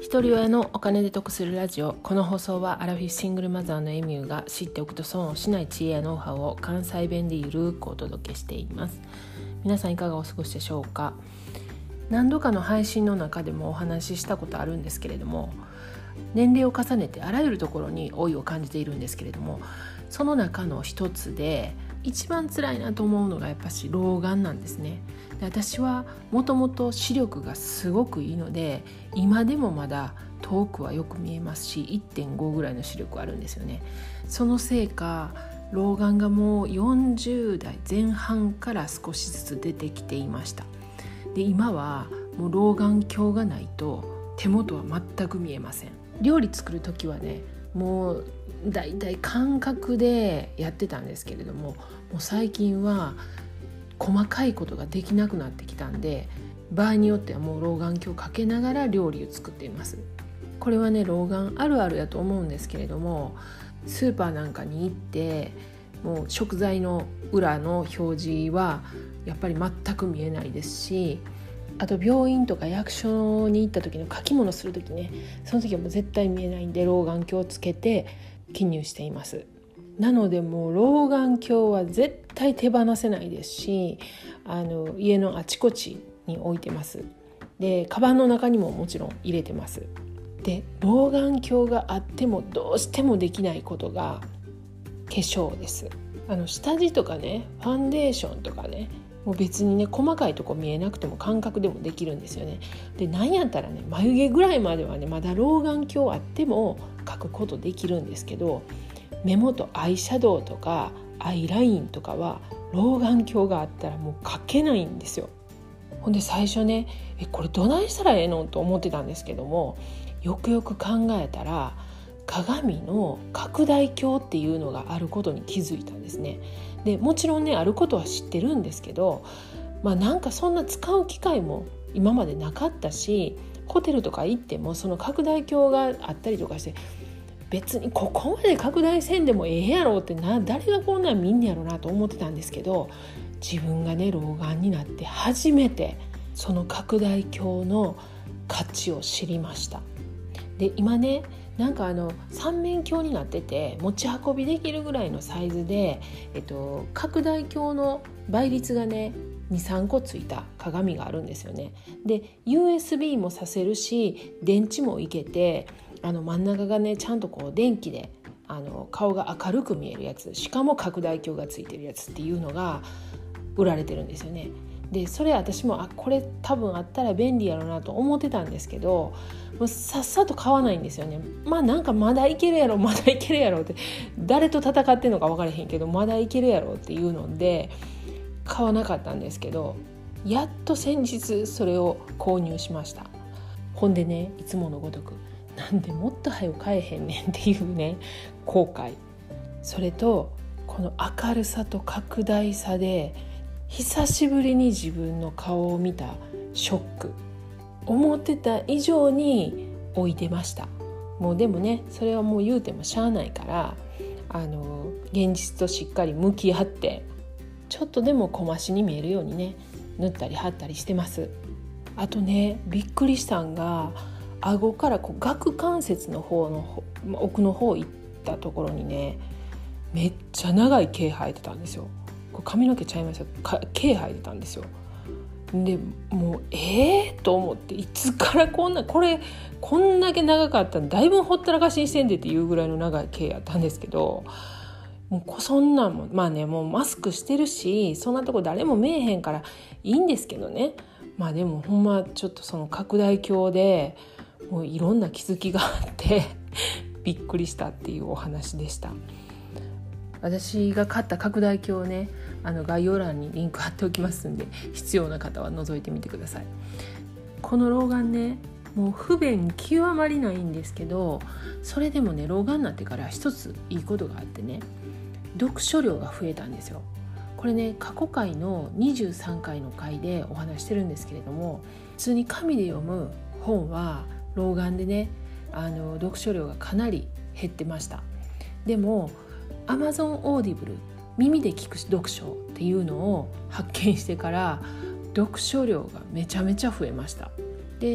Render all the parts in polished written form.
一人親のお金で得するラジオ。この放送はアラフィフシングルマザーのエミューが知っておくと損をしない知恵やノウハウを関西弁でゆるくお届けしています。皆さんいかがお過ごしでしょうか。何度かの配信の中でもお話ししたことあるんですけれども、年齢を重ねてあらゆるところに老いを感じているんですけれども、その中の一つで一番辛いなと思うのがやっぱし老眼なんですね。で、私はもともと視力がすごくいいので、今でもまだ遠くはよく見えますし 1.5 ぐらいの視力あるんですよね。そのせいか老眼がもう40代前半から少しずつ出てきていました。で、今はもう老眼鏡がないと手元は全く見えません。料理作る時はね、もうだいたい感覚でやってたんですけれども、もう最近は細かいことができなくなってきたんで、場合によってはもう老眼鏡をかけながら料理を作っています。これはね、老眼あるあるだと思うんですけれども、スーパーなんかに行ってもう食材の裏の表示はやっぱり全く見えないですし、あと病院とか役所に行った時の書き物する時ね、その時はもう絶対見えないんで老眼鏡をつけて記入しています。なのでもう老眼鏡は絶対手放せないですし、家のあちこちに置いてます。で、カバンの中にももちろん入れてます。で、老眼鏡があってもどうしてもできないことが化粧です。下地とかね、ファンデーションとかね、もう別にね、細かいとこ見えなくても感覚でもできるんですよね。で、なんやったらね、眉毛ぐらいまではね、まだ老眼鏡あっても描くことできるんですけど、目元アイシャドウとかアイラインとかは老眼鏡があったらもう描けないんですよ。ほんで最初ね、これどないしたらええのと思ってたんですけども、よくよく考えたら鏡の拡大鏡っていうのがあることに気づいたんですね。で、もちろんね、あることは知ってるんですけど、なんかそんな使う機会も今までなかったし、ホテルとか行ってもその拡大鏡があったりとかして、別にここまで拡大せんでもええやろって誰がこんなん見んねやろなと思ってたんですけど、自分がね、老眼になって初めてその拡大鏡の価値を知りました。で、今ね、なんか三面鏡になってて持ち運びできるぐらいのサイズで、拡大鏡の倍率がね 2,3 個ついた鏡があるんですよね。で、 USB もさせるし電池もいけて、真ん中がねちゃんとこう電気で顔が明るく見えるやつ、しかも拡大鏡がついてるやつっていうのが売られてるんですよね。で、それ私もこれ多分あったら便利やろうなと思ってたんですけど、もうさっさと買わないんですよね。なんかまだいけるやろって誰と戦ってんのか分からへんけど、まだいけるやろっていうので買わなかったんですけど、やっと先日それを購入しました。ほんでね、いつものごとくなんでもっと早く買えへんねんっていうね、後悔、それとこの明るさと拡大さで久しぶりに自分の顔を見たショック、思ってた以上に置いてました。もうでもね、それはもう言うてもしゃあないから、現実としっかり向き合って、ちょっとでも小増しに見えるようにね、塗ったり貼ったりしてます。あとね、びっくりしたんが、顎から顎関節の方の奥の方行ったところにね、めっちゃ長い毛生えてたんですよ。これ髪の毛ちゃいました。毛生えてたんですよ。で、もうと思って、いつからこんだけ長かったんだいぶほったらかしにしてんでっていうぐらいの長い毛やったんですけど、もうそんなんももうマスクしてるし、そんなとこ誰も見えへんからいいんですけどね。でもほんまちょっとその拡大鏡でもういろんな気づきがあってびっくりしたっていうお話でした。私が買った拡大鏡をね、概要欄にリンク貼っておきますんで、必要な方は覗いてみてください。この老眼ね、もう不便極まりないんですけど、それでもね、老眼になってから一ついいことがあってね、読書量が増えたんですよ。これね、過去回の23回の回でお話してるんですけれども、普通に紙で読む本は老眼でね、読書量がかなり減ってました。でもAmazon Audible、 耳で聞く読書っていうのを発見してから読書量がめちゃめちゃ増えました。で、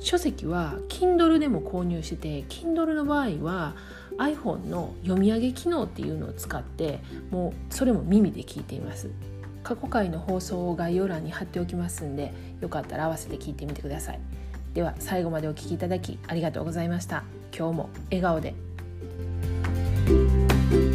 書籍は Kindle でも購入してて、 Kindle の場合は iPhone の読み上げ機能っていうのを使ってもうそれも耳で聞いています。過去回の放送を概要欄に貼っておきますんで、よかったら合わせて聞いてみてください。では最後までお聞きいただきありがとうございました。今日も笑顔で。